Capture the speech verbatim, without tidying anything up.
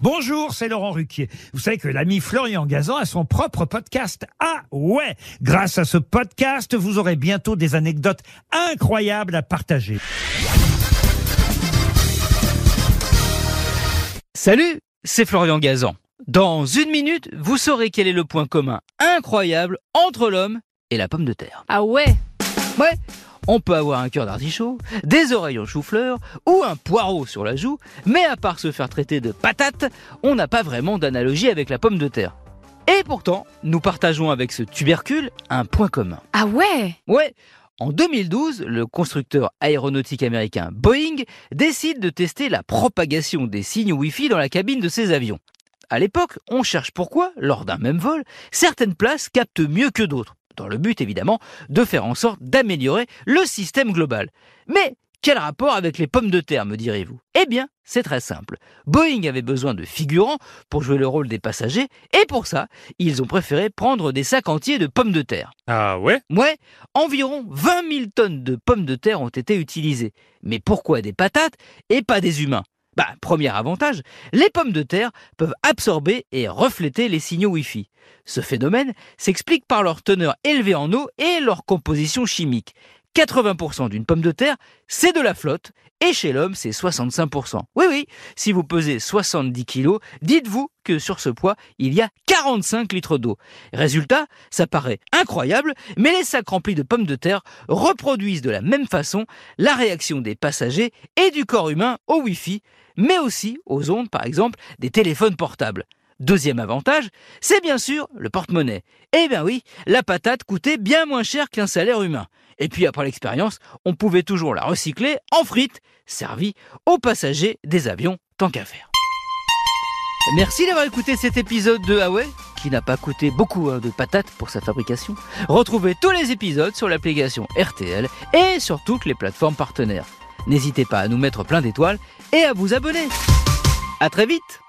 Bonjour, c'est Laurent Ruquier. Vous savez que l'ami Florian Gazan a son propre podcast. Ah ouais! Grâce à ce podcast, vous aurez bientôt des anecdotes incroyables à partager. Salut, c'est Florian Gazan. Dans une minute, vous saurez quel est le point commun incroyable entre l'homme et la pomme de terre. Ah ouais? Ouais, on peut avoir un cœur d'artichaut, des oreilles en chou-fleur ou un poireau sur la joue, mais à part se faire traiter de patate, on n'a pas vraiment d'analogie avec la pomme de terre. Et pourtant, nous partageons avec ce tubercule un point commun. Ah ouais? Ouais, en deux mille douze, le constructeur aéronautique américain Boeing décide de tester la propagation des signaux Wi-Fi dans la cabine de ses avions. À l'époque, on cherche pourquoi, lors d'un même vol, certaines places captent mieux que d'autres, dans le but évidemment de faire en sorte d'améliorer le système global. Mais quel rapport avec les pommes de terre, me direz-vous? Eh bien, c'est très simple. Boeing avait besoin de figurants pour jouer le rôle des passagers, et pour ça, ils ont préféré prendre des sacs entiers de pommes de terre. Ah ouais? Ouais, environ vingt mille tonnes de pommes de terre ont été utilisées. Mais pourquoi des patates et pas des humains? Bah, premier avantage, les pommes de terre peuvent absorber et refléter les signaux Wi-Fi. Ce phénomène s'explique par leur teneur élevée en eau et leur composition chimique. quatre-vingts pour cent d'une pomme de terre, c'est de la flotte, et chez l'homme, c'est soixante-cinq pour cent. Oui, oui, si vous pesez soixante-dix kilos, dites-vous que sur ce poids, il y a quarante-cinq litres d'eau. Résultat, ça paraît incroyable, mais les sacs remplis de pommes de terre reproduisent de la même façon la réaction des passagers et du corps humain au Wi-Fi, mais aussi aux ondes, par exemple, des téléphones portables. Deuxième avantage, c'est bien sûr le porte-monnaie. Eh bien oui, la patate coûtait bien moins cher qu'un salaire humain. Et puis après l'expérience, on pouvait toujours la recycler en frites, servies aux passagers des avions, tant qu'à faire. Merci d'avoir écouté cet épisode de Ah ouais, qui n'a pas coûté beaucoup hein, de patates pour sa fabrication. Retrouvez tous les épisodes sur l'application R T L et sur toutes les plateformes partenaires. N'hésitez pas à nous mettre plein d'étoiles et à vous abonner. À très vite!